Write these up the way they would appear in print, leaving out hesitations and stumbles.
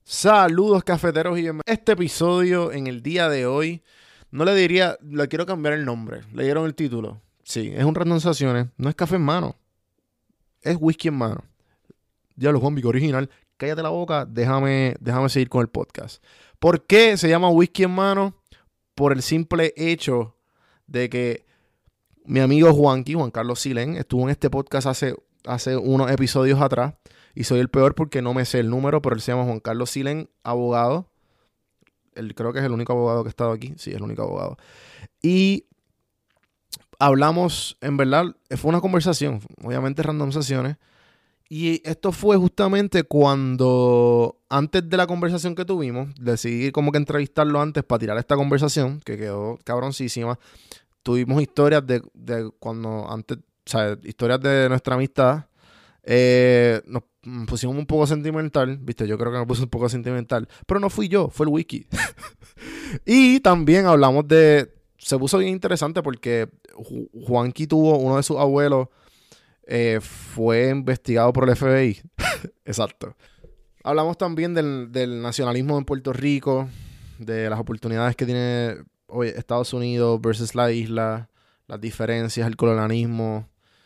Saludos cafeteros y bienvenidos. Este episodio en el día de hoy, no le diría, le quiero cambiar el nombre. ¿Leyeron el título? Sí, es un Random Sensaciones. No es café en mano, es whisky en mano. Diablo, Juan, original. Cállate la boca, déjame seguir con el podcast. ¿Por qué se llama whisky en mano? Por el simple hecho de que mi amigo Juan Carlos Silén, estuvo en este podcast hace unos episodios atrás. Y soy el peor porque no me sé el número, pero él se llama Juan Carlos Silén, abogado. Él creo que es el único abogado que ha estado aquí. Sí, es el único abogado. Y hablamos, en verdad, fue una conversación, obviamente randomizaciones. Y esto fue justamente cuando, antes de la conversación que tuvimos, decidí como que entrevistarlo antes para tirar esta conversación, que quedó cabroncísima. Tuvimos historias de cuando antes, o sea, historias de nuestra amistad. Nos pusimos un poco sentimental, viste, yo creo que me puse un poco sentimental, pero no fui yo, fue el wiki. Y también hablamos se puso bien interesante porque Juanqui tuvo uno de sus abuelos, fue investigado por el FBI. Exacto. Hablamos también del nacionalismo en Puerto Rico, de las oportunidades que tiene hoy Estados Unidos versus la isla, las diferencias, el colonialismo,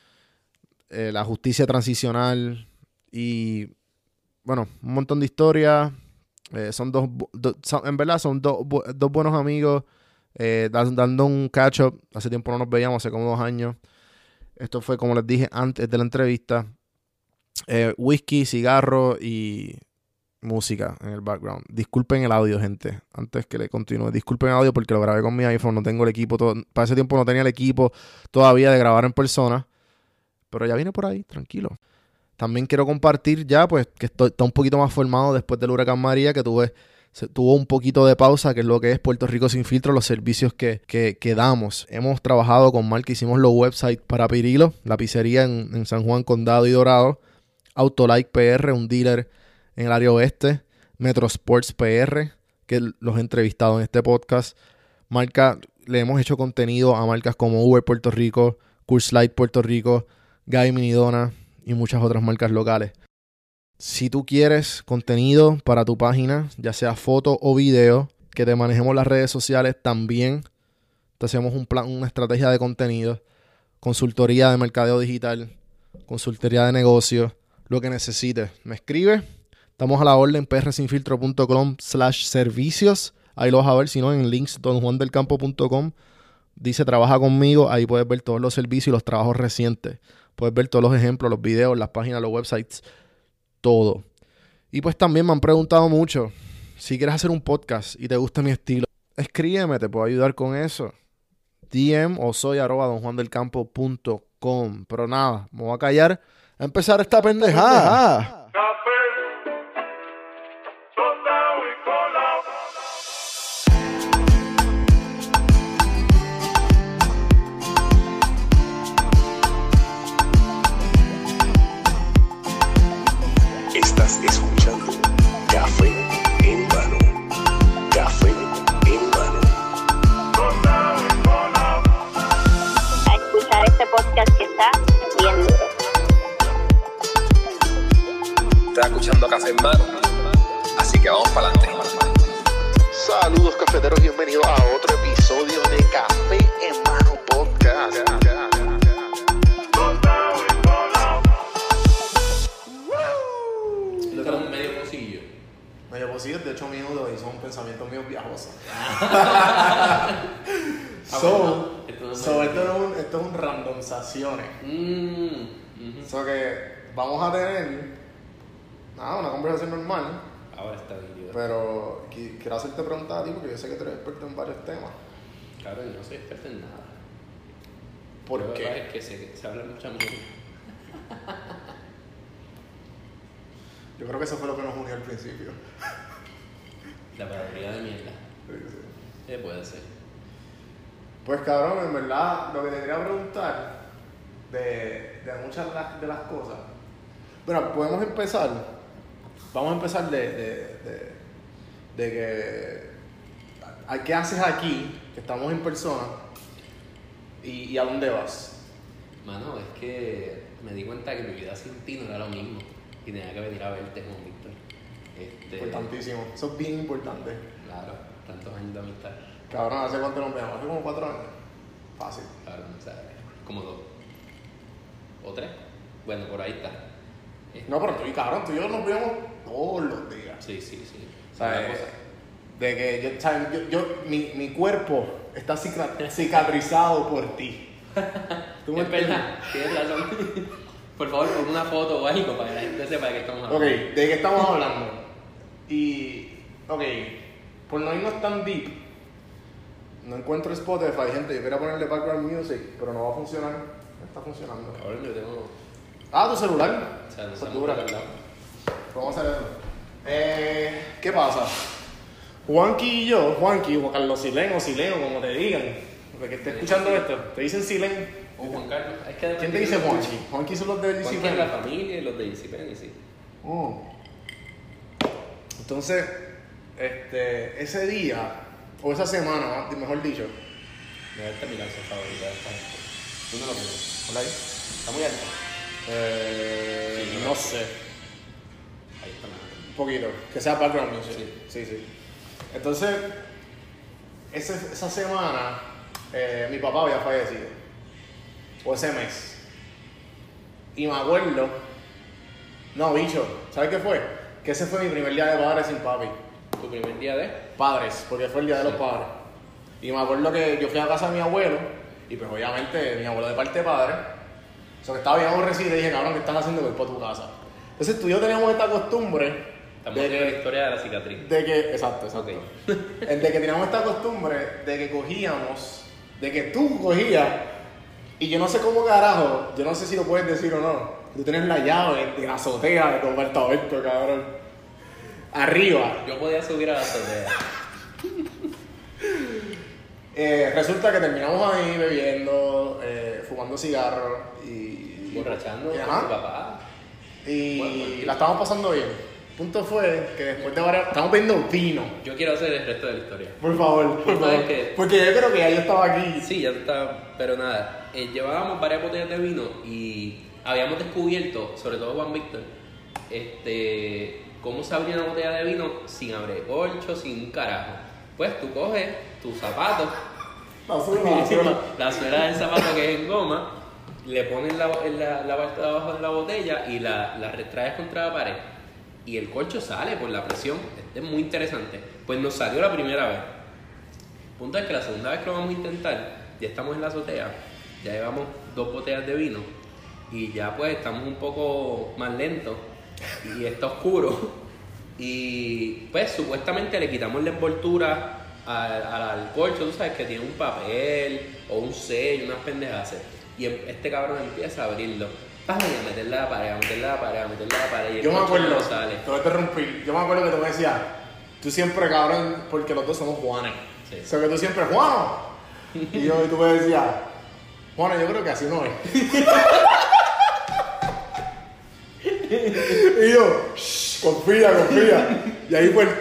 la justicia transicional y, bueno, un montón de historias. En verdad son dos buenos amigos dando un catch up. Hace tiempo no nos veíamos, hace como 2 años. Esto fue, como les dije antes de la entrevista, whisky, cigarro y música en el background. Disculpen el audio, gente, antes que le continúe. Disculpen el audio porque lo grabé con mi iPhone, no tengo el equipo. Para ese tiempo no tenía el equipo todavía de grabar en persona. Pero ya viene por ahí, tranquilo. También quiero compartir ya, pues, que está un poquito más formado después del huracán María, que tuvo un poquito de pausa, que es lo que es Puerto Rico Sin Filtro, los servicios que damos. Hemos trabajado con Mark, hicimos los websites para Pirilo, la pizzería en San Juan, Condado y Dorado. Autolike PR, un dealer en el área oeste. Metro Sports PR, que los he entrevistado en este podcast. Le hemos hecho contenido a marcas como Uber Puerto Rico, Curse Light Puerto Rico, Gaby Minidona y muchas otras marcas locales. Si tú quieres contenido para tu página, ya sea foto o video, que te manejemos las redes sociales, también te hacemos una estrategia de contenido, consultoría de mercadeo digital, consultoría de negocios, lo que necesites. Me escribes, estamos a la orden, prsinfiltro.com/servicios. Ahí lo vas a ver, si no en links donjuandelcampo.com. Dice trabaja conmigo, ahí puedes ver todos los servicios y los trabajos recientes. Puedes ver todos los ejemplos, los videos, las páginas, los websites, todo. Y pues también me han preguntado mucho, si quieres hacer un podcast y te gusta mi estilo, escríbeme, te puedo ayudar con eso. DM o soy@donjuandelcampo.com. Pero nada, me voy a callar a empezar esta pendejada. Estás escuchando Café en Mano. Café en Mano. A escuchar este podcast que está bien duro. Estás escuchando Café en Mano. Así que vamos para adelante. Saludos cafeteros, bienvenidos a otro episodio de Café en Mano Podcast. Medio posible, de hecho minutos y son pensamientos míos viajosos. Esto es un randomizaciones. So que vamos a tener una conversación normal. Ahora está bien. Pero quiero hacerte preguntas a ti porque yo sé que tú eres experto en varios temas. Claro, yo no soy experto en nada. ¿Por Lo qué? verdad es que se habla mucha mierda. Yo creo que eso fue lo que nos unió al principio. La palabrería de mierda. Puede ser. Pues cabrón, en verdad, lo que te quería preguntar de muchas de las cosas. Bueno, podemos empezar. Vamos a empezar de que ¿qué haces aquí? Que estamos en persona. ¿Y a dónde vas? Mano, es que me di cuenta que mi vida sin ti no era lo mismo. Y tenía que venir a verte, Juan Víctor. Importantísimo. Eso es bien importante. Claro, tantos años de amistad. Cabrón, ¿hace cuánto nos veamos? Hace como 4 años. Fácil. Claro, o sea, como 2 o 3. Bueno, por ahí está. No, pero tú y yo nos vemos todos los días. Sí. O sea, Una cosa. de que mi cuerpo está cicatrizado por ti. ¿Tú me Es entiendes? verdad, tienes razón. Por favor, pon una foto o algo para que la gente sepa de qué estamos Ok, hablando. ¿de qué estamos hablando? Y, ok, por no irnos tan deep, no encuentro Spotify, gente. Yo quería ponerle background music, pero no va a funcionar. No está funcionando. Ahora yo tengo. Ah, tu celular. O sea, no Esa estamos dura. por el lado. Vamos a hacer eso. ¿Qué pasa? Juanqui y yo, Juanqui o Carlos Silén o Sileno, como te digan, porque esté escuchando esto, te dicen Silén. O Juan Carlos. Es que ¿Quién te dice Juanqui? Juanqui son los de Juanqui DC es la familia y los de DC Penny, sí. Entonces, ese día, o esa semana, mejor dicho, Me gusta mi canción favorita de esta gente. ¿Tú no lo conoces? ¿hola ahí? ¿Está muy alto? Sí, No sé, Ahí está mejor. un poquito, que sea background music. Sí. Sí. Entonces, esa semana, mi papá había fallecido, o ese mes. Y me acuerdo, no, bicho, ¿sabes qué fue? Que ese fue mi primer día de padres sin papi. ¿Tu primer día de? Padres, porque fue el día de los padres. Y me acuerdo que yo fui a casa de mi abuelo, y pues obviamente mi abuelo de parte de padre, o sea que estaba bien aborrecido y le dije, cabrón, ¿qué estás haciendo? Voy para tu casa. Entonces tú y yo teníamos esta costumbre Estamos haciendo la historia de la cicatriz. exacto. Ok. De que teníamos esta costumbre de que cogíamos, de que tú cogías, y yo no sé cómo carajo, yo no sé si lo puedes decir o no, tú tienes la llave de la azotea de tu apartamento, cabrón. Arriba. Yo podía subir a la azotea. Resulta que terminamos ahí bebiendo, fumando cigarros y... Borrachando con Ajá. tu papá. Y Bueno, la estábamos pasando bien. Punto fue que después de varias... Estamos bebiendo vino. Yo quiero hacer el resto de la historia. Por favor, por No, favor. es que- Porque yo creo que ya yo estaba aquí. Sí, ya está, pero nada. Llevábamos varias botellas de vino y habíamos descubierto, sobre todo Juan Víctor, cómo se abría una botella de vino sin abrecorcho, sin un carajo. Pues tú coges tus zapatos, La suela. la suela del zapato que es en goma, le pones la parte de abajo de la botella y la retraes contra la pared. Y el corcho sale por la presión. Este es muy interesante. Pues nos salió la primera vez. Punto es que la segunda vez que lo vamos a intentar, ya estamos en la azotea, ya llevamos 2 botellas de vino y ya pues estamos un poco más lentos y está oscuro. Y pues supuestamente le quitamos la envoltura al corcho, tú sabes que tiene un papel o un sello, unas pendejas. Y este cabrón empieza a abrirlo. Pam, y a meterle a la pared, a meterle a la pared, a meterle a la pared. Y el Yo me corcho acuerdo, no sale. te voy a interrumpir. Yo me acuerdo que tú me decías, tú siempre cabrón, porque los dos somos Juanes. Sí. O sea que tú siempre, Juano. Y tú me decías, Juano, yo creo que así no es. Y yo, shh, confía. Y ahí fue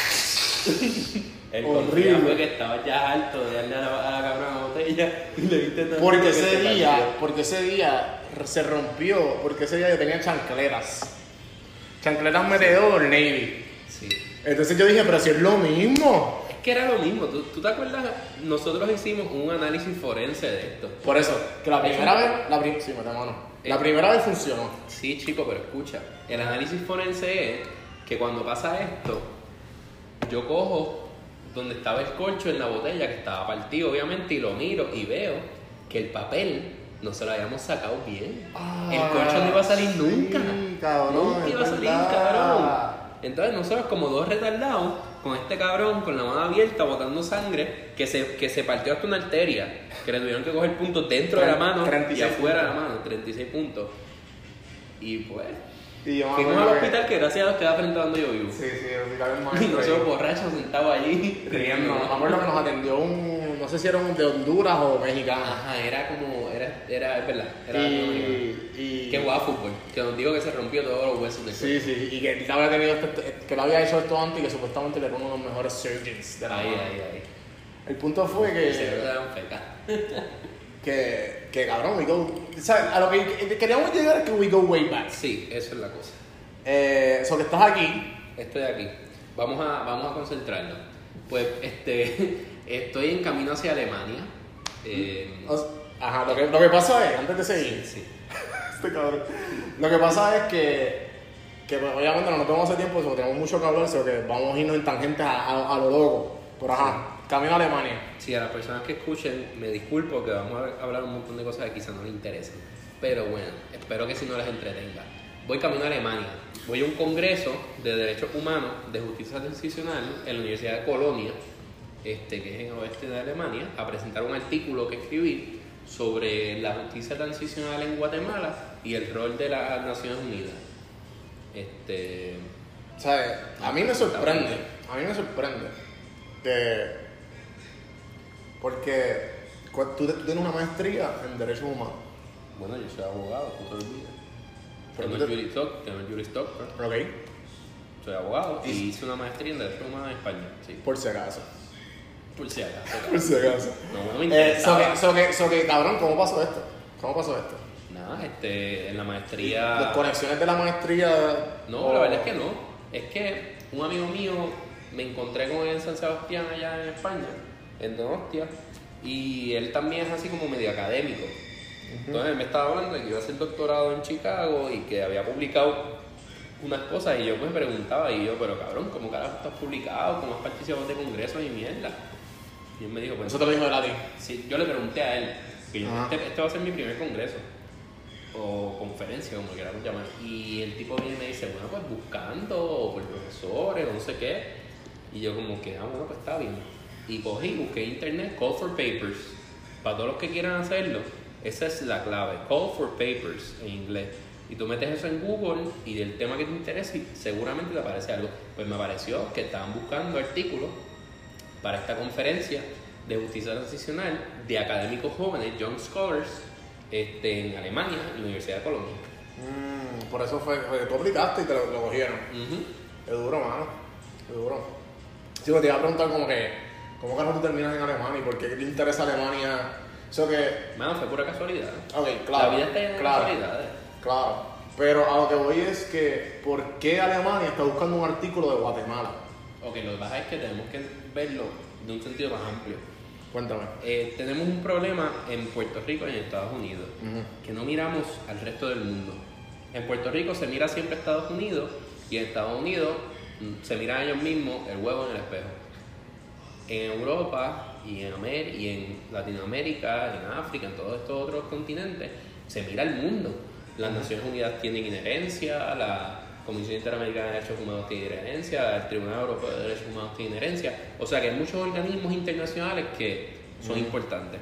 El horrible. horrible fue que estaba ya alto de darle a la cabrona botella y le viste tanto Porque que se ese día se rompió, porque ese día yo tenía chancletas. Chancletas Meteor Navy. Sí. Entonces yo dije, pero si es lo mismo. Es que era lo mismo. ¿Tú te acuerdas? Nosotros hicimos un análisis forense de esto. Por eso, que la primera vez, sí, mete mano. La primera vez funcionó. Sí, chico, pero escucha. El análisis forense es que cuando pasa esto, yo cojo donde estaba el corcho en la botella, que estaba partido obviamente, y lo miro y veo que el papel no se lo habíamos sacado bien. El corcho no iba a salir sí, nunca. cabrón, Nunca es iba a salir, verdad. cabrón. Entonces nosotros como 2 retardados, con este cabrón con la mano abierta, botando sangre, que se partió hasta una arteria, que le tuvieron que coger puntos dentro de la mano 36 y afuera de puntos. la mano, 36 puntos. Y pues, Y yo me fuimos acuerdo al hospital que gracias a Dios queda frente a donde yo vivo. Sí, el hospital es Y maestro. nosotros borrachos sentados allí riendo. Me acuerdo que nos atendió no sé si era un de Honduras o mexicano. Ajá, era como, era, es verdad, era Y que jugaba fútbol, que nos dijo que se rompió todos los huesos del sí, y que él había tenido que él había hecho esto antes y que supuestamente era uno de los mejores surgeons de la Ahí, mano. ahí. El punto fue Y se le que, daban feca. que cabrón, we go, o sea, a lo que queríamos llegar es que we go way back. Sí, eso es la cosa. So que estás aquí, estoy aquí. Vamos a concentrarnos. Pues estoy en camino hacia Alemania. Ajá, lo que pasa es, antes de seguir, Sí. este cabrón, lo que pasa es que pues, obviamente no nos tomamos ese tiempo, porque tenemos mucho que hablar, sino que vamos a irnos en tangentes a lo loco. Pero ajá, camino a Alemania. Sí, a las personas que escuchen, me disculpo que vamos a hablar un montón de cosas que quizás no les interesen. Pero bueno, espero que si no les entretenga. Voy camino a Alemania. Voy a un congreso de derechos humanos de justicia transicional en la Universidad de Colonia, que es en el oeste de Alemania, a presentar un artículo que escribí sobre la justicia transicional en Guatemala y el rol de las Naciones Unidas. ¿Sabes? A mí me sorprende porque tú tienes una maestría en derechos humanos. Bueno, yo soy abogado, no te olvides. Pero Tengo tú el Juris Doctor. Ok, Soy abogado y hice una maestría en Derechos Humanos en España. Sí. por si acaso. Por si acaso. Por si acaso. No me interesa. So que, cabrón, ¿cómo pasó esto? Nada, en la maestría. Las conexiones de la maestría. No, la verdad es que no. Es que un amigo mío me encontré con él en San Sebastián, allá en España, en Donostia, y él también es así como medio académico. Entonces él me estaba hablando de que iba a hacer doctorado en Chicago y que había publicado unas cosas, y yo pues preguntaba, pero cabrón, ¿cómo carajo estás publicado? ¿Cómo has participado de congresos y mierda? Y él me dijo, pues Eso te lo dijo de latín. sí, yo le pregunté a él, que yo, Ajá. este va a ser mi primer congreso o conferencia, como queramos llamar, y el tipo viene y me dice, bueno, pues buscando por profesores o no sé qué, y yo como que, bueno, pues está bien, y cogí, busqué en internet Call for Papers, para todos los que quieran hacerlo, esa es la clave, Call for Papers en inglés, y tú metes eso en Google y del tema que te interese y seguramente te aparece algo. Pues me apareció que estaban buscando artículos para esta conferencia de justicia transicional de académicos jóvenes, young scholars, en Alemania, en la Universidad de Colonia. Por eso fue que tú aplicaste y te lo cogieron. Ujú. Es duro, mano. Es duro. Sí, pues te iba a preguntar como que, ¿cómo carajo tú terminas en Alemania y por qué te interesa Alemania? Eso que, Mano, fue pura casualidad. ok, claro. La vida está llena de claro, casualidades. claro. Pero a lo que voy es que, ¿por qué Alemania está buscando un artículo de Guatemala? Ok, lo que pasa es que tenemos que verlo de un sentido más amplio. Cuéntame. Tenemos un problema en Puerto Rico y en Estados Unidos, que no miramos al resto del mundo. En Puerto Rico se mira siempre a Estados Unidos y en Estados Unidos se miran ellos mismos el huevo en el espejo. En Europa y en Latinoamérica, en África, en todos estos otros continentes, se mira el mundo. Las Naciones Unidas tienen inherencia, la Comisión Interamericana de Derechos Humanos tiene inherencia, el Tribunal Europeo de Derechos Humanos tiene inherencia. O sea que hay muchos organismos internacionales que son importantes.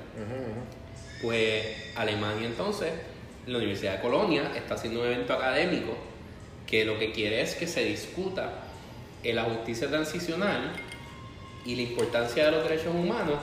Pues Alemania entonces, la Universidad de Colonia está haciendo un evento académico que lo que quiere es que se discuta la justicia transicional y la importancia de los derechos humanos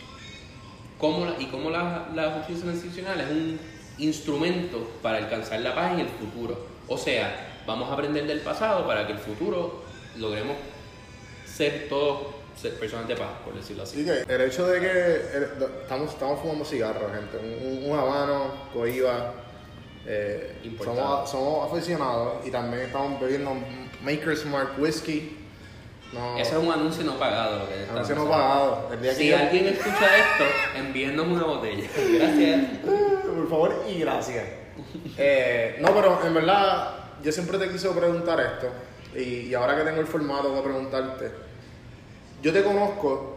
cómo la justicia transicional es un instrumento para alcanzar la paz en el futuro. O sea, vamos a aprender del pasado para que el futuro logremos ser personas de paz, por decirlo así. Así que el hecho de que estamos fumando cigarros, gente, un habano, cohiba, Importado. somos aficionados y también estamos bebiendo Maker's Mark Whiskey. No, Eso es un anuncio no pagado lo que anuncio no pagado. El día que Si yo- alguien escucha esto, envíennos una botella. Gracias. Por favor y gracias. No, pero en verdad yo siempre te quise preguntar esto y ahora que tengo el formato voy a preguntarte. Yo te conozco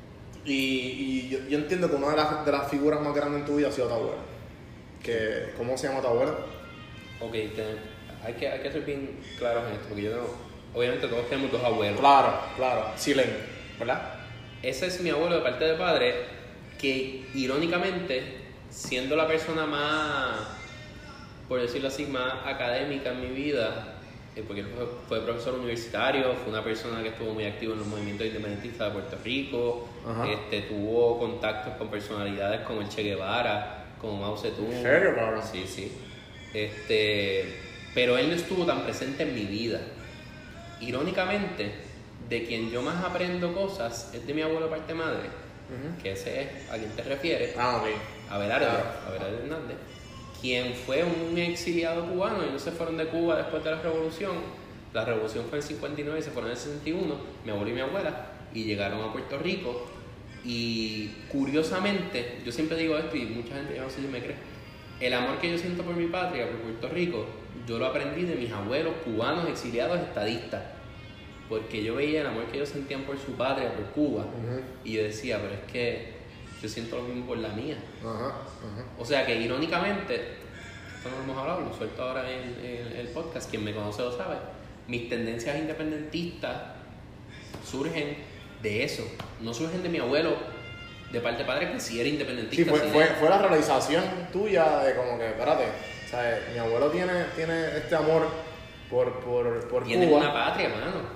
y yo entiendo que una de las figuras más grandes en tu vida ha sido tu abuela. ¿Cómo se llama tu abuela? Ok, hay que ser bien claros en esto, porque yo no... Obviamente todos tenemos dos abuelos. Claro, Silen, ¿verdad? Ese es mi abuelo de parte de padre, que irónicamente, siendo la persona más, por decirlo así, más académica en mi vida, porque él fue profesor universitario, fue una persona que estuvo muy activo en los movimientos independentistas de Puerto Rico, Ajá. Tuvo contactos con personalidades como el Che Guevara, como Mao Zedong. ¿En serio, cabrón? Sí. Pero él no estuvo tan presente en mi vida. Irónicamente, de quien yo más aprendo cosas es de mi abuelo de parte madre, que ese es a quien te refieres, Ah, ok. Abelardo, Claro. Abelardo Hernández, quien fue un exiliado cubano. Ellos se fueron de Cuba después de la revolución La revolución fue en el 59 y se fueron en el 61, mi abuelo y mi abuela, y llegaron a Puerto Rico. Y curiosamente, yo siempre digo esto y mucha gente ya no sé si me cree, el amor que yo siento por mi patria, por Puerto Rico, yo lo aprendí de mis abuelos cubanos exiliados estadistas. Porque yo veía el amor que ellos sentían por su patria, por Cuba, y yo decía, pero es que yo siento lo mismo por la mía. O sea que irónicamente, esto no lo hemos hablado, lo suelto ahora en el podcast, quien me conoce lo sabe, mis tendencias independentistas surgen de eso, no surgen de mi abuelo, de parte de padre, que sí era independentista. Sí, fue la realización tuya de como que, espérate, o sea, mi abuelo tiene este amor por tiene Cuba. una patria, mano.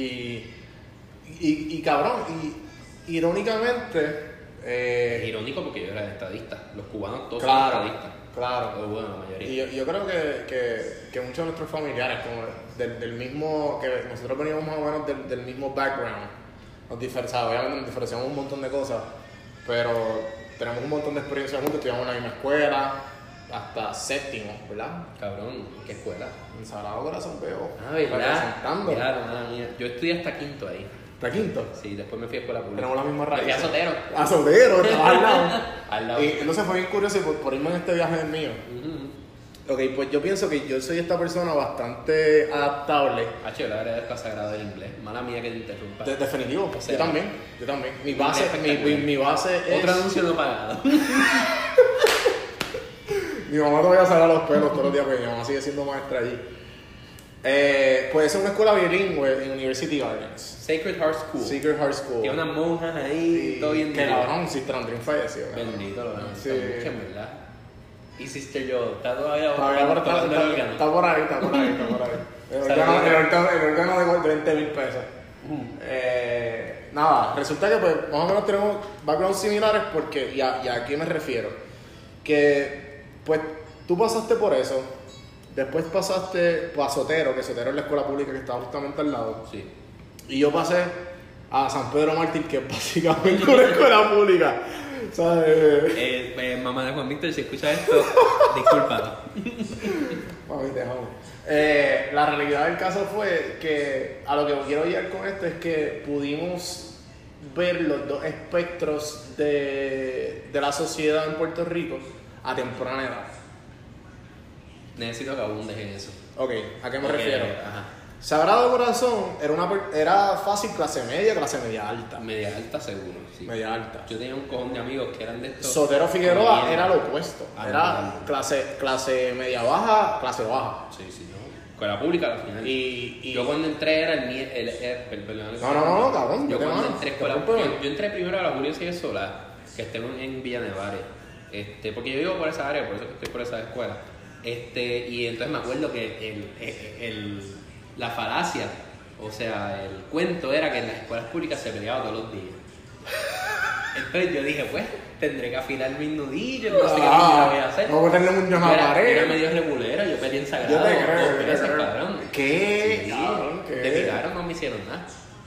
Y cabrón, y irónicamente... Es irónico porque yo era estadista, los cubanos todos Claro, son estadistas. claro. Pero bueno, la mayoría. Y yo creo que muchos de nuestros familiares, como del mismo, que nosotros veníamos más o menos del mismo background, obviamente nos diferenciamos un montón de cosas, pero tenemos un montón de experiencias juntos, estudiamos en la misma escuela, hasta séptimo, ¿verdad? Cabrón, ¿en qué escuela? En Sagrado Corazón veo. Ah, ¿verdad? Representando. Claro, nada mía. Yo estudié hasta quinto ahí. ¿Hasta quinto? Sí, después me fui a escuela pública. Tenemos la misma Me raíz. fui a Sotero. A Sotero, estaba al lado. Al lado. Y entonces fue bien curioso y por irme en este viaje del mío. Ok, pues yo pienso que yo soy esta persona bastante adaptable. H, la verdad está sagrado del inglés. Mala mía que te interrumpa. Definitivo, O sea, yo también. Mi base, mi base es... Otro anuncio no pagado. Mi mamá todavía sale a los pelos todos los días, porque mi mamá sigue siendo maestra allí. Pues es una escuela bilingüe en University Gardens. Sacred Heart School. Secret Heart School. Tiene unas monjas ahí, todo bien. Que cabrón, Sister Andrín falleció. Bendito, lo Sí. mucho, en verdad. Y Sister Joe, está todavía Todavía por tocando el órgano. está por ahí. El órgano de 20,000 pesos. Nada, resulta que pues más o menos tenemos backgrounds similares porque, y a qué me refiero, que pues tú pasaste por eso, después pasaste a Sotero, que Sotero es la escuela pública que está justamente al lado, Sí. y yo pasé a San Pedro Mártir, que es básicamente una escuela pública, ¿sabes? Mamá de Juan Víctor, si escucha esto, discúlpalo. Mami, te amo. La realidad del caso fue que a lo que quiero llegar con esto es que pudimos ver los dos espectros de la sociedad en Puerto Rico a temprana edad. Necesito que abundes en eso. Ok, ¿a qué me Porque, refiero? Ajá. Sagrado Corazón era fácil clase media alta. Media alta seguro, sí. Media alta. Yo tenía un cojón de amigos que eran de estos. Sotero Figueroa Mierda. era lo opuesto. Era clase media baja, clase baja. Sí, sí, no. Escuela pública al final. Y Yo cuando entré era perdón. No, cabrón, Yo vete, cuando mano, entré a te escuela preocupes. yo entré primero a la Julio César Solá, que está en Villa Nevares. Porque yo vivo por esa área, por eso que estoy por esa escuela. Y entonces me acuerdo que la falacia, o sea, el cuento era que en las escuelas públicas se peleaba todos los días. Entonces yo dije, pues, tendré que afilar mis nudillos, no sé qué voy a hacer. No voy a tener un Yo pared. era medio regulero, yo peleé en Sagrado. Yo te creo, 2 veces, creo. cabrón. ¿Qué? Sí, Cabrón, ¿qué? te tiraron, no me hicieron nada.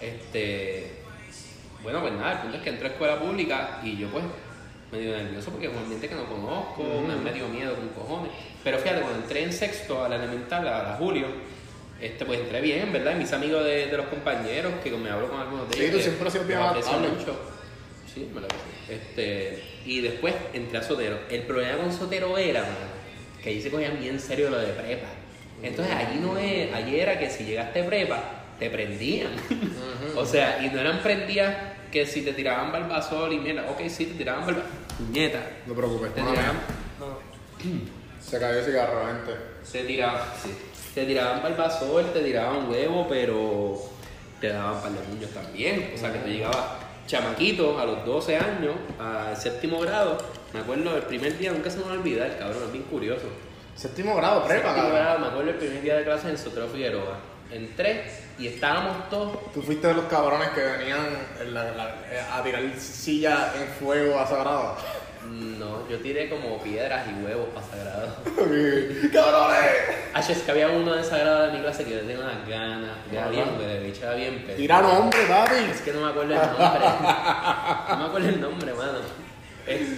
Bueno, pues nada, el punto es que entré a escuela pública y yo pues medio nervioso porque es un ambiente que no conozco, me medio miedo con cojones. Pero fíjate, cuando entré en sexto a la elemental, a la Julio, pues entré bien, ¿verdad? Y mis amigos de los compañeros, que me hablo con algunos de Sí, ellos. tú que siempre has sido bien los aprecio adaptable. mucho. Sí, me lo y después entré a Sotero. El problema con Sotero era, mano, que allí se cogían bien en serio lo de prepa. Entonces allí era que si llegaste prepa, te prendían. O sea, y no eran prendidas que si te tiraban barbasol y mierda, ok, sí, te tiraban barbasol, puñeta. No te preocupes, Te mami. tiraban, Se cayó el cigarro, gente. te tiraban barbasol, te tiraban huevo, pero te daban par de puños también. O sea, que tú llegabas chamaquito a los 12 años, al séptimo grado. Me acuerdo el primer día, nunca se me va a olvidar, cabrón, es bien curioso. Séptimo grado, prepa, Séptimo cabrón. grado, me acuerdo el primer día de clase en Sotero Figueroa. Entré y estábamos todos. Tú fuiste de los cabrones que venían a tirar silla en fuego a Sagrado. No, yo tiré como piedras y huevos para Sagrado. ¡Cabrones! Es que había uno de Sagrado de mi clase que yo tenía unas ganas. Era bien, pero el bicho era bien pedo. Tira nombre, papi. Es que no me acuerdo el nombre. No me acuerdo el nombre, mano.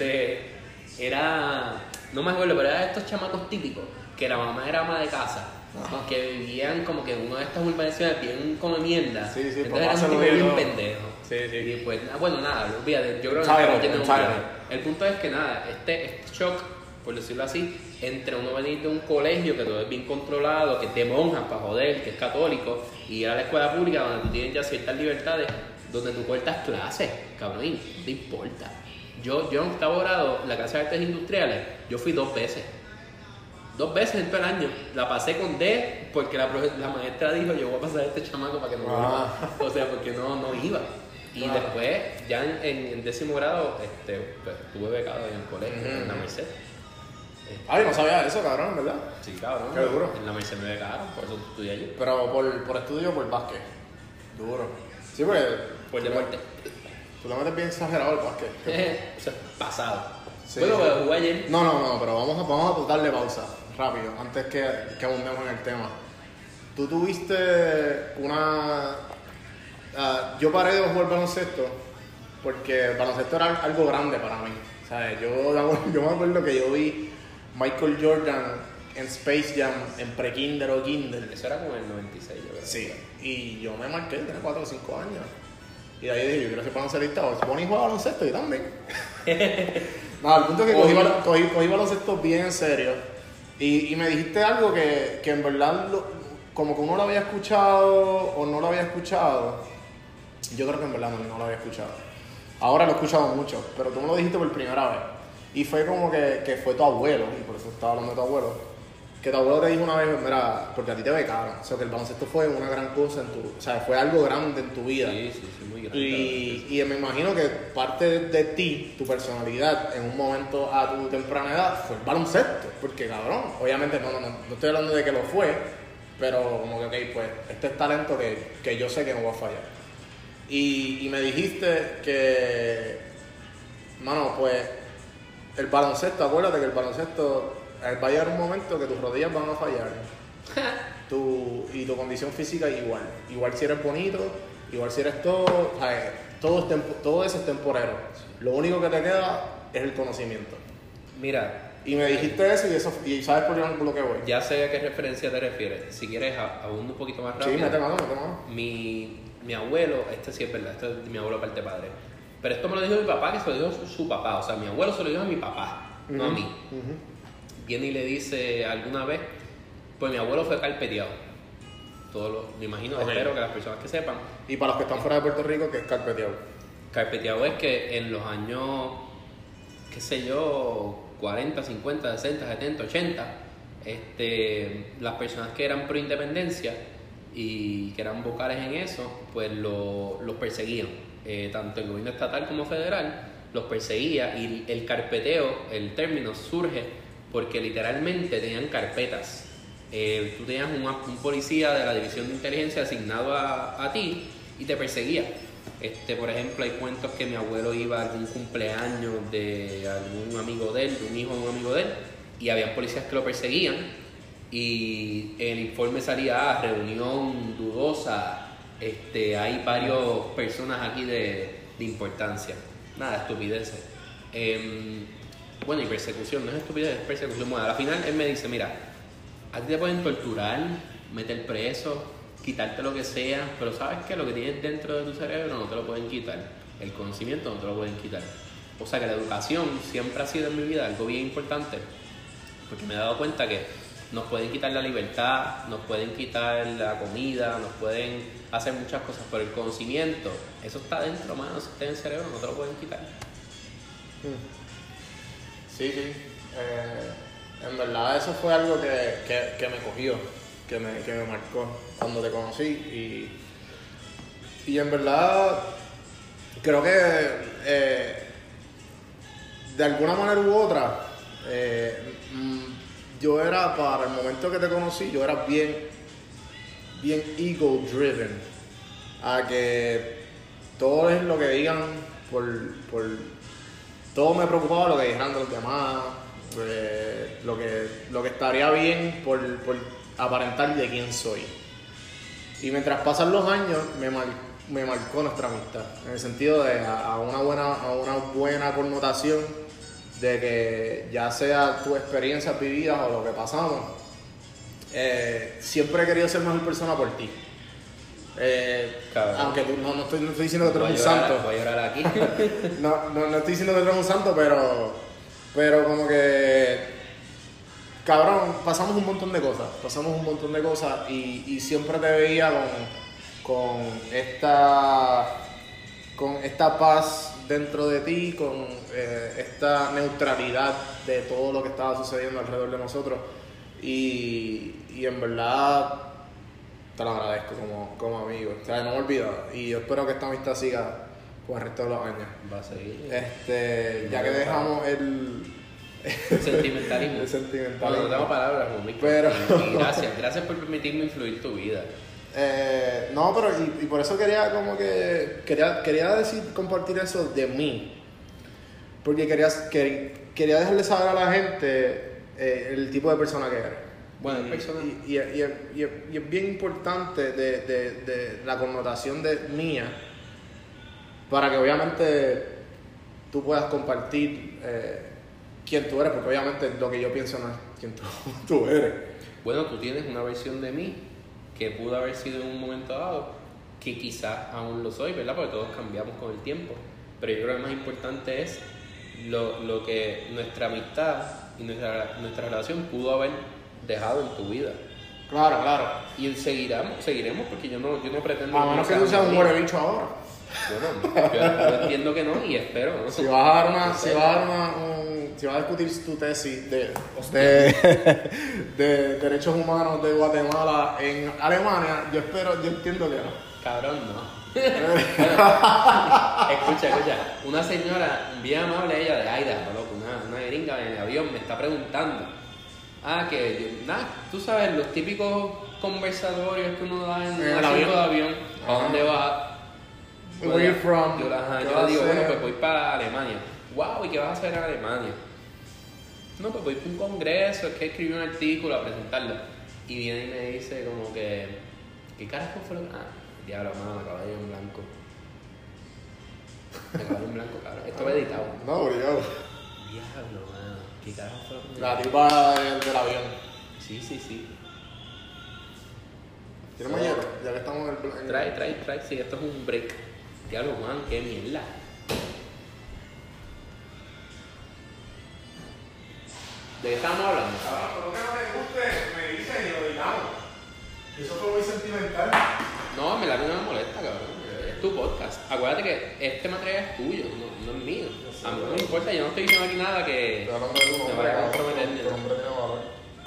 No me acuerdo, pero era de estos chamacos típicos que la mamá era ama de casa que vivían como que en una de estas urbanizaciones bien como mierda. Sí, entonces papá era un se lo tipo dio bien todo. pendejo. Sí, sí. Y pues, bueno, nada, olvídate, yo creo que Tyler, no tiene un Tyler. viaje. El punto es que nada, este shock, por decirlo así, entre uno venir de un colegio que todo es bien controlado, que es de monjas para joder, que es católico, y ir a la escuela pública donde tú tienes ya ciertas libertades, donde tú cortas clases, cabrón, no te importa. Yo en octavo grado, la clase de artes industriales, yo fui 2 veces. 2 veces en todo el año. La pasé con D porque la maestra dijo, yo voy a pasar a este chamaco para que no vuelva. O sea, porque no iba. Y después, ya en 10º grado, pues, estuve becado en el colegio, en la Merced. Ay, no sabía eso, cabrón, ¿verdad? Sí, cabrón. Qué duro. En la Merced me becaron, por eso estudié allí. Pero por estudio o por básquet. Duro. Sí, porque. Por deporte. Tú lo metes bien exagerado el básquet. O sea, pasado. Sí, Bueno, sí. pero jugué ayer. No, pero vamos a darle pausa, rápido, antes que abundemos en el tema. Tú tuviste una... yo paré de jugar baloncesto porque el baloncesto era algo grande para mí. O sea, yo me acuerdo que yo vi Michael Jordan en Space Jam en pre-kinder o kinder. Eso era como en el 96, yo creo. Sí, y yo me marqué, tenía 4 o 5 años. Y de ahí dije, yo quiero ser baloncelista. O Bonnie juega baloncesto y también. No, el punto es que cogí baloncesto bien en serio. Y me dijiste algo que en verdad, como que uno lo había escuchado o no lo había escuchado. Yo creo que en verdad no lo había escuchado. Ahora lo he escuchado mucho, pero tú me lo dijiste por primera vez. Y fue como que fue tu abuelo, y por eso estaba hablando de tu abuelo. Que tu abuelo te dijo una vez, mira, porque a ti te becaron. O sea, que el baloncesto fue una gran cosa o sea, fue algo grande en tu vida. Sí, muy grande. Y me imagino que parte de ti, tu personalidad, en un momento a tu temprana edad, fue el baloncesto. Porque, cabrón, obviamente no estoy hablando de que lo fue, pero como que, ok, pues, este es talento que yo sé que no va a fallar. Y me dijiste que, mano, pues, el baloncesto, acuérdate que el baloncesto, va a llegar un momento que tus rodillas van a fallar. Y tu condición física igual. Igual si eres bonito, igual si eres todo, o sea, todo eso es temporero. Lo único que te queda es el conocimiento. Mira, Y me dijiste eso y sabes por lo que voy. ya sé a qué referencia te refieres. Si quieres, aún un poquito más Sí, rápido. mete mano. Mi abuelo, este sí es verdad, este es mi abuelo parte padre. Pero esto me lo dijo mi papá, que se lo dijo su papá. O sea, mi abuelo se lo dijo a mi papá, no a mí. Viene y le dice alguna vez, pues mi abuelo fue carpeteado. Me imagino, Ok. espero que las personas que sepan. Y para los que están fuera de Puerto Rico, que es carpeteado. Carpeteado es que en los años, qué sé yo, 40, 50, 60, 70, 80, las personas que eran pro independencia y que eran vocales en eso, pues los perseguían. Tanto el gobierno estatal como federal los perseguía, y el carpeteo, el término surge porque literalmente tenían carpetas. Tú tenías un policía de la división de inteligencia asignado a ti y te perseguía. Por ejemplo, hay cuentos que mi abuelo iba a algún cumpleaños de algún amigo de él, de un hijo de un amigo de él, y había policías que lo perseguían, y el informe salía, reunión dudosa, hay varias personas aquí de importancia. Nada, estupideces. Bueno, y persecución, no es estupidez, es persecución. Bueno, al final él me dice, mira, a ti te pueden torturar, meter preso, quitarte lo que sea, pero ¿sabes qué? Lo que tienes dentro de tu cerebro no te lo pueden quitar. El conocimiento no te lo pueden quitar. O sea que la educación siempre ha sido en mi vida algo bien importante, porque me he dado cuenta que nos pueden quitar la libertad, nos pueden quitar la comida, nos pueden hacer muchas cosas, pero el conocimiento, eso está dentro, mano, eso está en el cerebro, no te lo pueden quitar. Sí. En verdad eso fue algo que me cogió, que me marcó cuando te conocí. Y en verdad creo que de alguna manera u otra, yo era, para el momento que te conocí, yo era bien ego driven, a que todo es lo que digan todo me preocupaba lo que dijeran de los demás, lo que estaría bien por aparentar de quién soy. Y mientras pasan los años me marcó nuestra amistad, en el sentido de a una buena connotación de que ya sea tu experiencia vividas o lo que pasamos, siempre he querido ser mejor persona por ti. Cabrón. Aunque tú, no estoy diciendo que tú Voy eres a un llorar, santo. voy a llorar aquí. No estoy diciendo que tú eres un santo, pero como que, cabrón, pasamos un montón de cosas y siempre te veía con esta paz dentro de ti, con esta neutralidad de todo lo que estaba sucediendo alrededor de nosotros y en verdad te lo agradezco como amigo, o sea, no me olvido y yo espero que esta amistad siga por el resto de los años. Va a seguir. Ya que dejamos el Sentimentalismo. el sentimentalismo. Bueno, no tengo palabras, Monique. Pero- Y gracias por permitirme influir tu vida. No, pero y por eso quería como que quería compartir eso de mí, porque quería dejarle saber a la gente el tipo de persona que eres. Bueno, es persona. y es bien importante de la connotación de mía para que obviamente tú puedas compartir quién tú eres, porque obviamente lo que yo pienso no es quién tú eres. Bueno, tú tienes una versión de mí que pudo haber sido en un momento dado, que quizás aún lo soy, ¿verdad? Porque todos cambiamos con el tiempo. Pero yo creo que lo más importante es lo que nuestra amistad y nuestra relación pudo haber dejado en tu vida. Claro. Y seguiremos porque yo no pretendo... A menos que tú seas un muere bicho ahora. Bueno, yo entiendo que no y espero, ¿no? Si vas a dar si vas a discutir tu tesis de derechos humanos de Guatemala en Alemania, yo entiendo que no. Cabrón, no. Escucha. Una señora bien amable, ella de Idaho, loco, una gringa en el avión, me está preguntando. Tú sabes, los típicos conversatorios que uno da en un el asiento avión. de avión. ¿A Ajá. dónde vas? Where you from? Yo ¿Qué le vas a digo, hacer? bueno, pues voy para Alemania. Wow, ¿y qué vas a hacer en Alemania? No, pues voy para un congreso, es que escribí un artículo a presentarlo. Y viene y me dice como que, ¿qué carajo fue lo que...? Diablo, mano, me acabo de ir en blanco. Me acabo de ir en blanco, cabrón. Esto va editado. No, obligado. Diablo, mano. ¿Qué carajo fue lo que me La tipa del avión. Sí. ¿Tienes más hielo? Ya que estamos en el... Trae. Sí, esto es un break. Diablo, man, qué mierda. ¿De qué estábamos hablando? Pero que no te guste, me dices y lo editamos. Eso fue muy sentimental. No, me la no me molesta, cabrón. Es tu podcast. Acuérdate que este material es tuyo, no es mío. A mí no me importa, yo no estoy diciendo aquí nada que Estoy hablando de tu me nombre, vaya a cabrón. comprometer ni Tu nada. nombre tiene valor.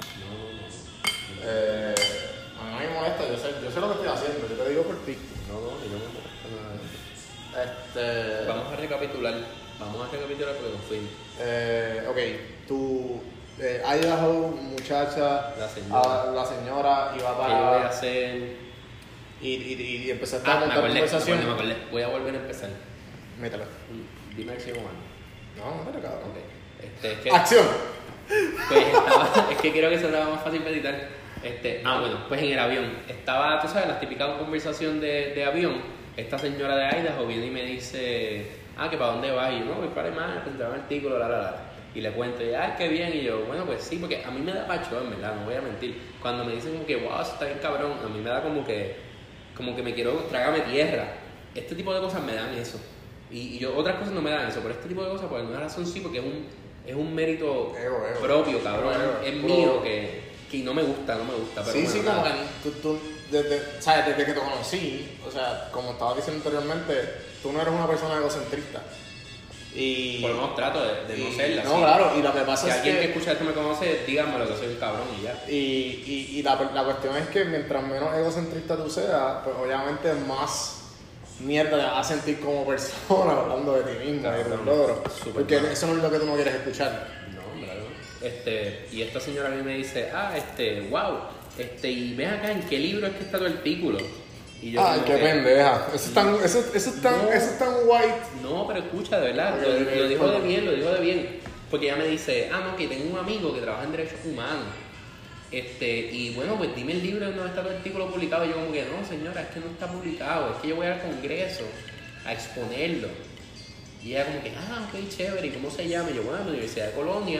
A mí no me molesta, yo sé lo que estoy haciendo, yo te digo por ti. No, y no me molesta nada. Vamos a recapitular porque nos fuimos. Ok, tú, Idaho, muchacha, la señora iba ¿Qué yo voy a para... hacer? Y empezaste Me a montar conversación. acordé. Voy a volver a empezar. Métela. Dime acción humana. No, métela, cabrón. Ok. Es que, ¡Acción! pues, es que quiero que se sea más fácil meditar. Bueno, pues en el avión. Estaba, tú sabes, la típica conversación de avión. Esta señora de Idaho viene y me dice, que para dónde vas. Y yo, no, voy para Alemania, presentar un artículo, Y le cuento, y qué bien. Y yo, bueno, pues sí, porque a mí me da pacho, en verdad, no voy a mentir. Cuando me dicen como que, wow, eso está bien cabrón, a mí me da como que me quiero trágame tierra. Este tipo de cosas me dan eso. Y yo, otras cosas no me dan eso, pero este tipo de cosas, por alguna razón sí, porque es un mérito Ego. propio, cabrón. Ego. Es mío que no me gusta. Pero Sí, bueno, sí, como nada. que tú desde que te conocí, o sea, como estaba diciendo anteriormente, tú no eres una persona egocentrista. Y... Por lo menos trato de no serla. No, sí. claro, y lo que Si pasa es alguien que que... escucha esto me conoce, díganmelo que soy un cabrón y ya. Y la cuestión es que mientras menos egocentrista tú seas, pues obviamente más mierda te vas a sentir como persona hablando de ti mismo y de tus logros. Súper Porque mal. eso no es lo que tú no quieres escuchar. No, claro. Y esta señora a mí me dice, wow, y ven acá, ¿en qué libro es que está tu artículo? Y yo Ay, como qué que, pendeja. Eso es tan white. No, pero escucha, de verdad, Ok, lo dijo ok. de bien. Porque ella me dice, no, que tengo un amigo que trabaja en derechos humanos. Y bueno, pues dime el libro donde está tu artículo publicado. Y yo como que, no señora, es que no está publicado, es que yo voy al congreso a exponerlo. Y ella como que, ok, chévere, ¿y cómo se llama? Y yo, bueno, la Universidad de Colonia,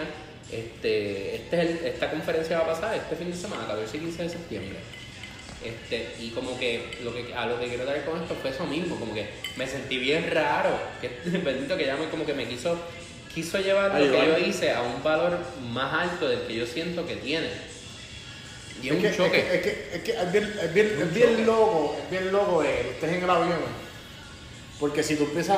Esta conferencia va a pasar este fin de semana, 14 y 15 de septiembre. Y como que a lo que quiero traer con esto fue eso mismo, como que me sentí bien raro, que bendito que ya como que me quiso llevar lo que yo hice a un valor más alto del que yo siento que tiene. Y es un choque. Es bien loco que estés en el avión. Porque si tú empiezas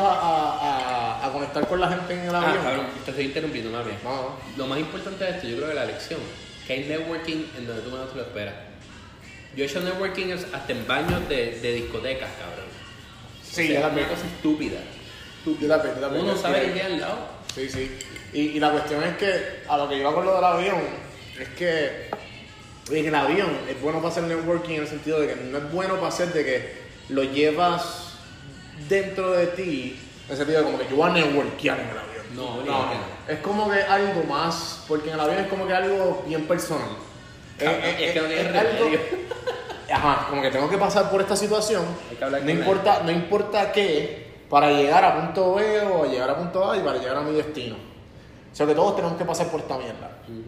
a conectar con la gente en el avión. Cabrón, te estoy interrumpiendo, más bien. No. Lo más importante de esto, yo creo que la lección, que hay networking en donde tú menos te lo esperas. Yo he hecho networking hasta en baños de discotecas, cabrón. Sí, o sea, yo también. una cosa estúpida. Yo también. Uno sabe que queda al lado. Sí. Y la cuestión es que, a lo que iba con lo del avión, es que en el avión es bueno para hacer networking en el sentido de que no es bueno para hacer de que lo llevas dentro de ti, en el sentido de como que yo voy a networkear en el avión. No. Es como que algo más, porque en el avión es como que algo bien personal. Es que no tiene remedio. Ajá, como que tengo que pasar por esta situación, Hay que hablar no con importa qué, para llegar a punto B o llegar a punto A y para llegar a mi destino. O sea que todos tenemos que pasar por esta mierda.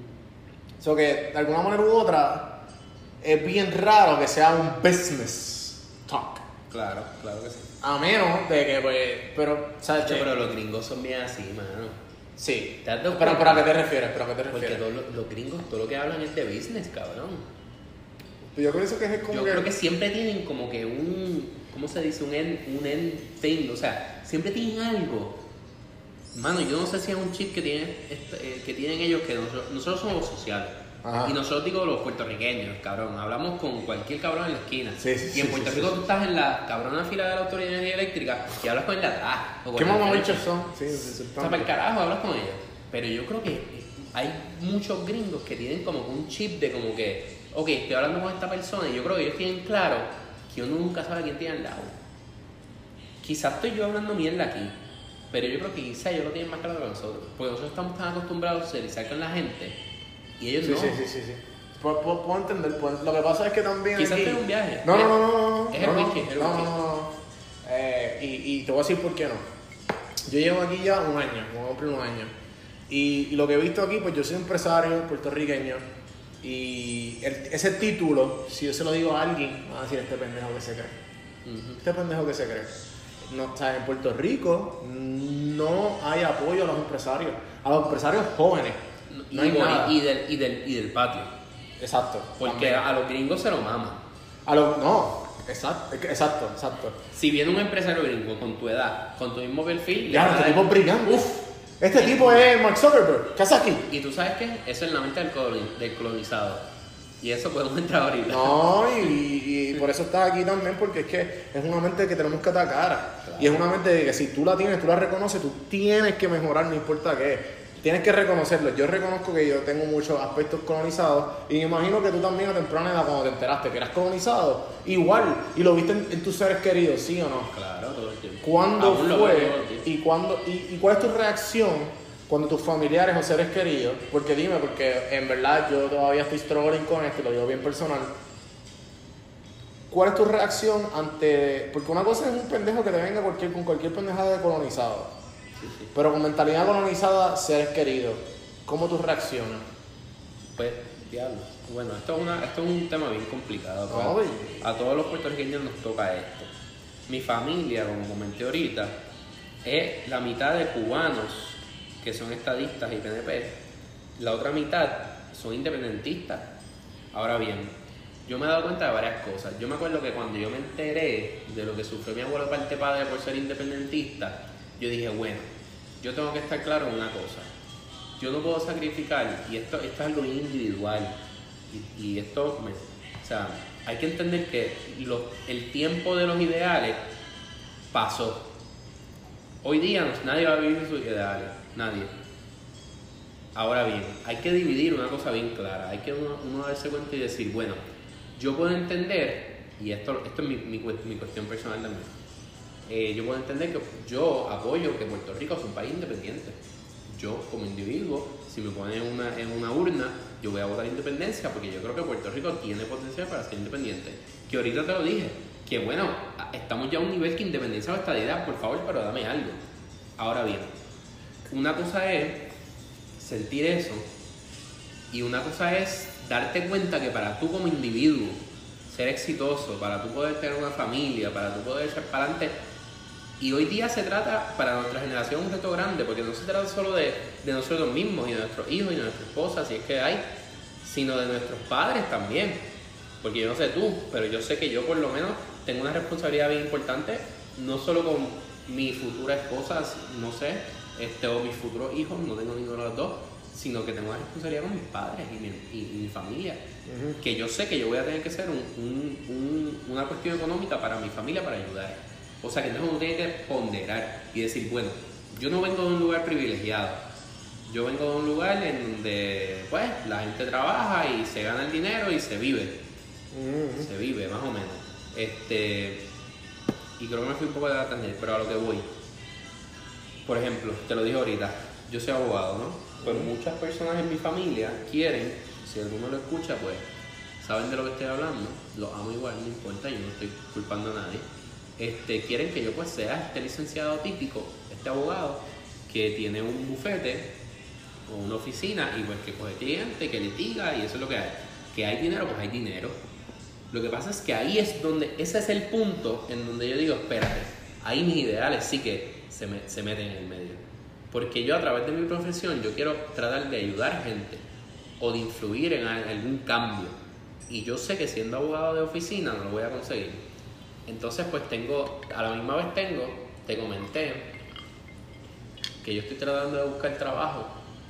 O sea que de alguna manera u otra es bien raro que sea un business talk. Claro que sí. A menos de que pues, pero, ¿sabes qué? Pero los gringos son bien así, mano. Sí. ¿Te has dado Pero cuenta? ¿a qué te refieres? Porque todos los gringos, todo lo que hablan es de business, cabrón. Yo pienso que es como Yo creo que siempre tienen como que ¿cómo se dice? Un end thing, o sea, siempre tienen algo. Mano, yo no sé si es un chip que tienen ellos, que nosotros somos sociales. Ajá. Y nosotros digo los puertorriqueños, cabrón, hablamos con cualquier cabrón en la esquina. Sí, y en Puerto Rico tú estás en la cabrona fila de la Autoridad de Energía Eléctrica y hablas con el de atrás. O con ¿qué el de mamabichos frente. son? Sí, O sea, para el carajo hablas con ellos. Pero yo creo que hay muchos gringos que tienen como que un chip de como que, ok, estoy hablando con esta persona y yo creo que ellos tienen claro que uno nunca sabe quién tiene al lado. Quizás estoy yo hablando mierda aquí, pero yo creo que quizás ellos lo tienen más claro que nosotros. Porque nosotros estamos tan acostumbrados a socializar con la gente y ellos no. Sí. Puedo entender. Lo que pasa es que también. Quizás aquí... estoy en un viaje. No. Es el whisky, es el whisky. No. Y te voy a decir por qué no. Yo llevo aquí ya un año, voy a cumplir un año. Y lo que he visto aquí, pues yo soy empresario puertorriqueño. Y ese título, si yo se lo digo a alguien, van a decir este pendejo que se cree. Este pendejo que se cree. No, o sea, en Puerto Rico no hay apoyo a los empresarios jóvenes. No hay nada. Y del patio. Exacto. Porque también. a los gringos se lo maman. No, exacto. Si viene un empresario gringo con tu edad, con tu mismo perfil, Ya, le va a este dar- tipo es brillante. Este tipo es Mark Zuckerberg. ¿Qué hace aquí? Y tú sabes qué, eso es la mente del colonizado. Y eso podemos entrar ahorita. No, y por eso estás aquí también, porque es que es una mente que tenemos que atacar. Claro. Y es una mente de que si tú la tienes, tú la reconoces, tú tienes que mejorar, no importa qué. Tienes que reconocerlo. Yo reconozco que yo tengo muchos aspectos colonizados y me imagino que tú también a temprana edad, cuando te enteraste que eras colonizado, igual, y lo viste en tus seres queridos, ¿sí o no? Claro, todo el tiempo. ¿Cuándo Aún lo veo fue todo el tiempo. y cuál es tu reacción cuando tus familiares o seres queridos, porque dime, porque en verdad yo todavía estoy struggling con esto, lo digo bien personal, ¿cuál es tu reacción ante, porque una cosa es un pendejo que te venga con cualquier pendejada de colonizado, Sí. pero con mentalidad colonizada, seres queridos, ¿cómo tú reaccionas? Pues, diablo. Bueno, esto es un tema bien complicado. Pues. No, A todos los puertorriqueños nos toca esto. Mi familia, como comenté ahorita, es la mitad de cubanos que son estadistas y PNP. La otra mitad son independentistas. Ahora bien, yo me he dado cuenta de varias cosas. Yo me acuerdo que cuando yo me enteré de lo que sufrió mi abuelo parte padre por ser independentista, yo dije, bueno, yo tengo que estar claro en una cosa. Yo no puedo sacrificar, y esto es algo individual, y esto, o sea, hay que entender que el tiempo de los ideales pasó. Hoy día nadie va a vivir sus ideales, nadie. Ahora bien, hay que dividir una cosa bien clara, hay que uno darse cuenta y decir, bueno, yo puedo entender, y esto es mi cuestión personal también, yo puedo entender que yo apoyo que Puerto Rico es un país independiente. Yo como individuo, si me ponen en una urna, yo voy a votar independencia porque yo creo que Puerto Rico tiene potencial para ser independiente. Que ahorita te lo dije, que bueno, estamos ya a un nivel que independencia o estadidad, por favor, pero dame algo. Ahora bien, una cosa es sentir eso Y una cosa es darte cuenta que para tú como individuo ser exitoso, para tú poder tener una familia, para tú poder echar para adelante. Y hoy día se trata, para nuestra generación, un reto grande, porque no se trata solo de nosotros mismos y de nuestros hijos y de nuestra esposa, si es que hay, sino de nuestros padres también. Porque yo no sé tú, pero yo sé que yo por lo menos tengo una responsabilidad bien importante, no solo con mi futura esposa, no sé, o mis futuros hijos, no tengo ninguno de los dos, sino que tengo una responsabilidad con mis padres y mi familia. Que yo sé que yo voy a tener que hacer una cuestión económica para mi familia para ayudar. O sea que entonces uno tiene que ponderar y decir, bueno, yo no vengo de un lugar privilegiado. Yo vengo de un lugar en donde pues la gente trabaja y se gana el dinero y se vive. Se vive más o menos. Y creo que me fui un poco de la tangente, pero a lo que voy. Por ejemplo, te lo dije ahorita, yo soy abogado, ¿no? Pues muchas personas en mi familia quieren, si alguno lo escucha, pues saben de lo que estoy hablando, los amo igual, no importa, yo no estoy culpando a nadie. Quieren que yo pues sea este licenciado típico, este abogado que tiene un bufete o una oficina y pues que coge cliente, que litiga y eso es lo que hay. Que hay dinero, pues hay dinero. Lo que pasa es que ahí es donde, ese es el punto en donde yo digo, espérate, ahí mis ideales sí que se meten en el medio. Porque yo a través de mi profesión, yo quiero tratar de ayudar gente o de influir en algún cambio. Y yo sé que siendo abogado de oficina no lo voy a conseguir. Entonces pues a la misma vez te comenté que yo estoy tratando de buscar trabajo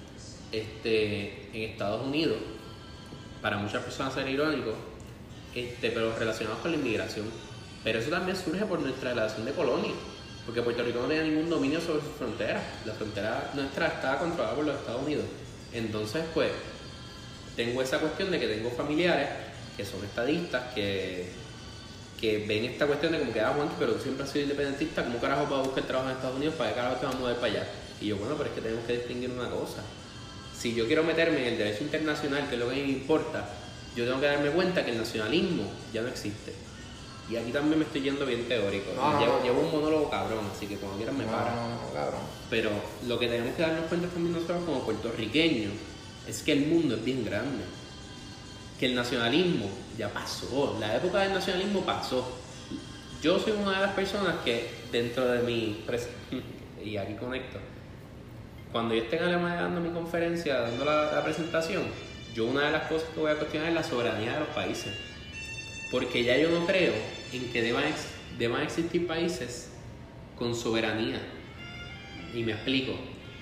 en Estados Unidos. Para muchas personas ser irónico, pero relacionados con la inmigración. Pero eso también surge por nuestra relación de colonia, porque Puerto Rico no tenía ningún dominio sobre sus fronteras. La frontera nuestra estaba controlada por los Estados Unidos. Entonces, pues, tengo esa cuestión de que tengo familiares que son estadistas, que ven esta cuestión de como que, Juan, pero tú siempre has sido independentista, ¿cómo carajo vas a buscar trabajo en Estados Unidos? ¿Para qué carajo te vas a mover para allá? Y yo, bueno, pero es que tenemos que distinguir una cosa. Si yo quiero meterme en el derecho internacional, que es lo que a mí me importa, yo tengo que darme cuenta que el nacionalismo ya no existe. Y aquí también me estoy yendo bien teórico. Llevo un monólogo cabrón, así que cuando quieran me para. Cabrón. Pero lo que tenemos que darnos cuenta también nosotros como puertorriqueños es que el mundo es bien grande. Que el nacionalismo ya pasó. La época del nacionalismo pasó. Yo soy una de las personas que dentro de mi... y aquí conecto. Cuando yo esté en Alemania dando mi conferencia, dando la presentación, yo una de las cosas que voy a cuestionar es la soberanía de los países. Porque ya yo no creo en que deban existir países con soberanía. Y me explico.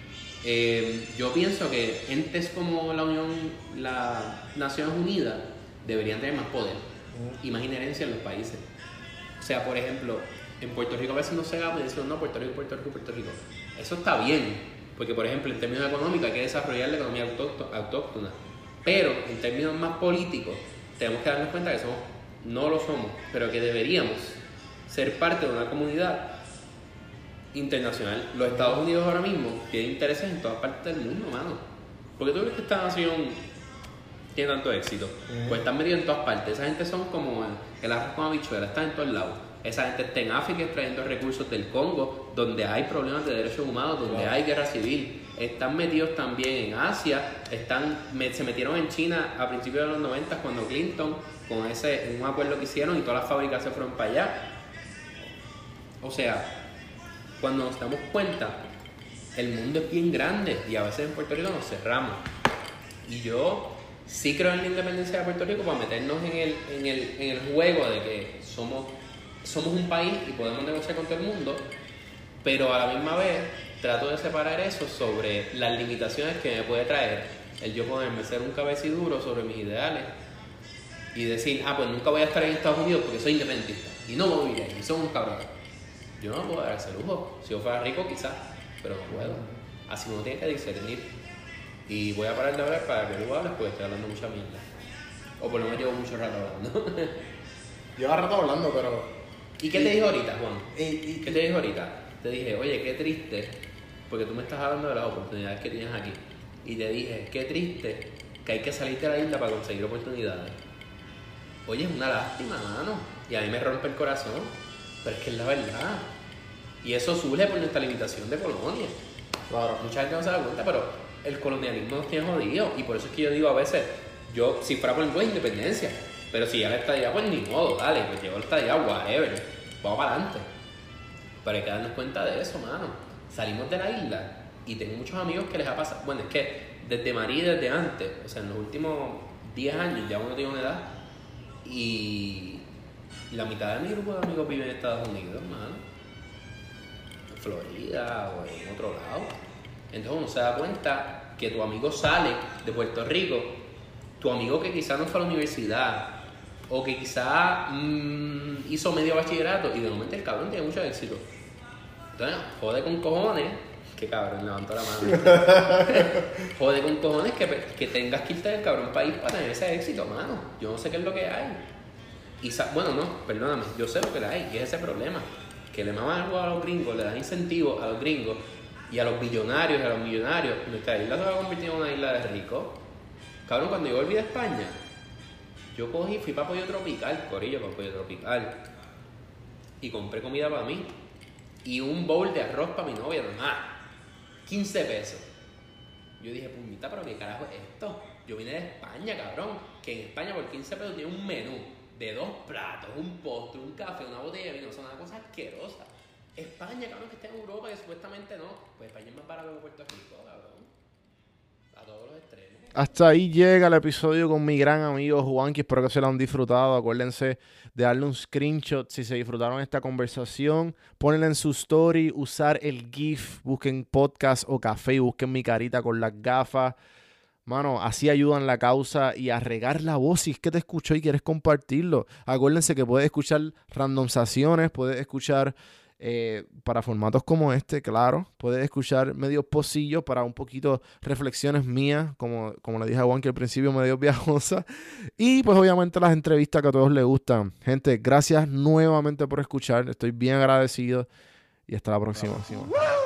Yo pienso que entes como las Naciones Unidas deberían tener más poder y más injerencia en los países. O sea, por ejemplo, en Puerto Rico a veces no se habla y decimos, no, Puerto Rico. Eso está bien, porque por ejemplo en términos económicos hay que desarrollar la economía autóctona. Pero en términos más políticos tenemos que darnos cuenta que no lo somos, pero que deberíamos ser parte de una comunidad internacional. Los Estados Unidos ahora mismo tienen intereses en todas partes del mundo, mano. ¿Por qué tú crees que esta nación tiene tanto éxito? Pues están metidos en todas partes. Esa gente son como el arroz con habichuelas, están en todos lados. Esa gente está en África extrayendo recursos del Congo, donde hay problemas de derechos humanos, donde hay guerra civil. Están metidos también en Asia, se metieron en China a principios de los 90 cuando Clinton, con un acuerdo que hicieron y todas las fábricas se fueron para allá. O sea, cuando nos damos cuenta, el mundo es bien grande y a veces en Puerto Rico nos cerramos. Y yo sí creo en la independencia de Puerto Rico para meternos en el juego de que somos un país y podemos negociar con todo el mundo, pero a la misma vez trato de separar eso sobre las limitaciones que me puede traer el yo poderme ser un cabeciduro sobre mis ideales y decir, pues nunca voy a estar en Estados Unidos porque soy independentista y no voy a ir ahí, y son un cabrón. Yo no puedo dar ese lujo. Si yo fuera rico quizás, pero no puedo. Así uno tiene que discernir. Y voy a parar de hablar para que tú hables porque estoy hablando mucha mierda. O por lo menos llevo mucho rato hablando. Llevo rato hablando, pero... ¿Y qué te dijo ahorita, Juan? ¿Qué te dijo ahorita? Te dije, oye, qué triste, porque tú me estás hablando de las oportunidades que tienes aquí. Y te dije, qué triste que hay que salir de la isla para conseguir oportunidades. Oye, es una lástima, mano. Y a mí me rompe el corazón, pero es que es la verdad. Y eso surge por nuestra limitación de colonia. Claro. Mucha gente no se da cuenta, pero el colonialismo nos tiene jodidos. Y por eso es que yo digo a veces, yo si fuera por la independencia, pero si ya la estadía, pues ni modo, dale, pues llevo la estadía, whatever, vamos para adelante. Pero hay que darnos cuenta de eso, mano. Salimos de la isla y tengo muchos amigos que les ha pasado. Bueno, es que desde María, desde antes, o sea, en los últimos 10 años ya uno tiene una edad y la mitad de mi grupo de amigos vive en Estados Unidos, mano. En Florida o en otro lado. Entonces uno se da cuenta que tu amigo sale de Puerto Rico, tu amigo que quizás no fue a la universidad o que quizás hizo medio bachillerato y de momento el cabrón tiene mucho éxito. Entonces, jode con cojones, que cabrón, levantó la mano. Jode con cojones que tengas que irte del cabrón país para tener ese éxito, mano. Yo no sé qué es lo que hay. Y bueno, no, perdóname, yo sé lo que hay y es ese problema. Que le maman algo a los gringos, le dan incentivos a los gringos y a los billonarios y a los millonarios. Nuestra isla se va a convertir en una isla de ricos. Cabrón, cuando yo volví de España, yo fui para Pollo Tropical, corillo, para Pollo Tropical. Y compré comida para mí. Y un bowl de arroz para mi novia, nomás. 15 pesos. Yo dije, puñita, pero ¿qué carajo es esto? Yo vine de España, cabrón. Que en España por 15 pesos tiene un menú de 2 platos, un postre, un café, una botella de vino. Son una cosa asquerosa. España, cabrón, que está en Europa, que supuestamente no. Pues España es más barato que Puerto Rico, cabrón. A todos los extremos. Hasta ahí llega el episodio con mi gran amigo Juan, que espero que se lo han disfrutado. Acuérdense de darle un screenshot si se disfrutaron esta conversación. Pónganla en su story, usar el GIF, busquen podcast o café y busquen mi carita con las gafas. Mano, así ayudan la causa y a regar la voz si es que te escuchó y quieres compartirlo. Acuérdense que puedes escuchar randomizaciones, puedes escuchar para formatos como este, claro. Puedes escuchar medios pocillos para un poquito reflexiones mías, como le dije a Juan que al principio medio viajosa. Y pues obviamente las entrevistas que a todos les gustan. Gente, gracias nuevamente por escuchar. Estoy bien agradecido y hasta la próxima.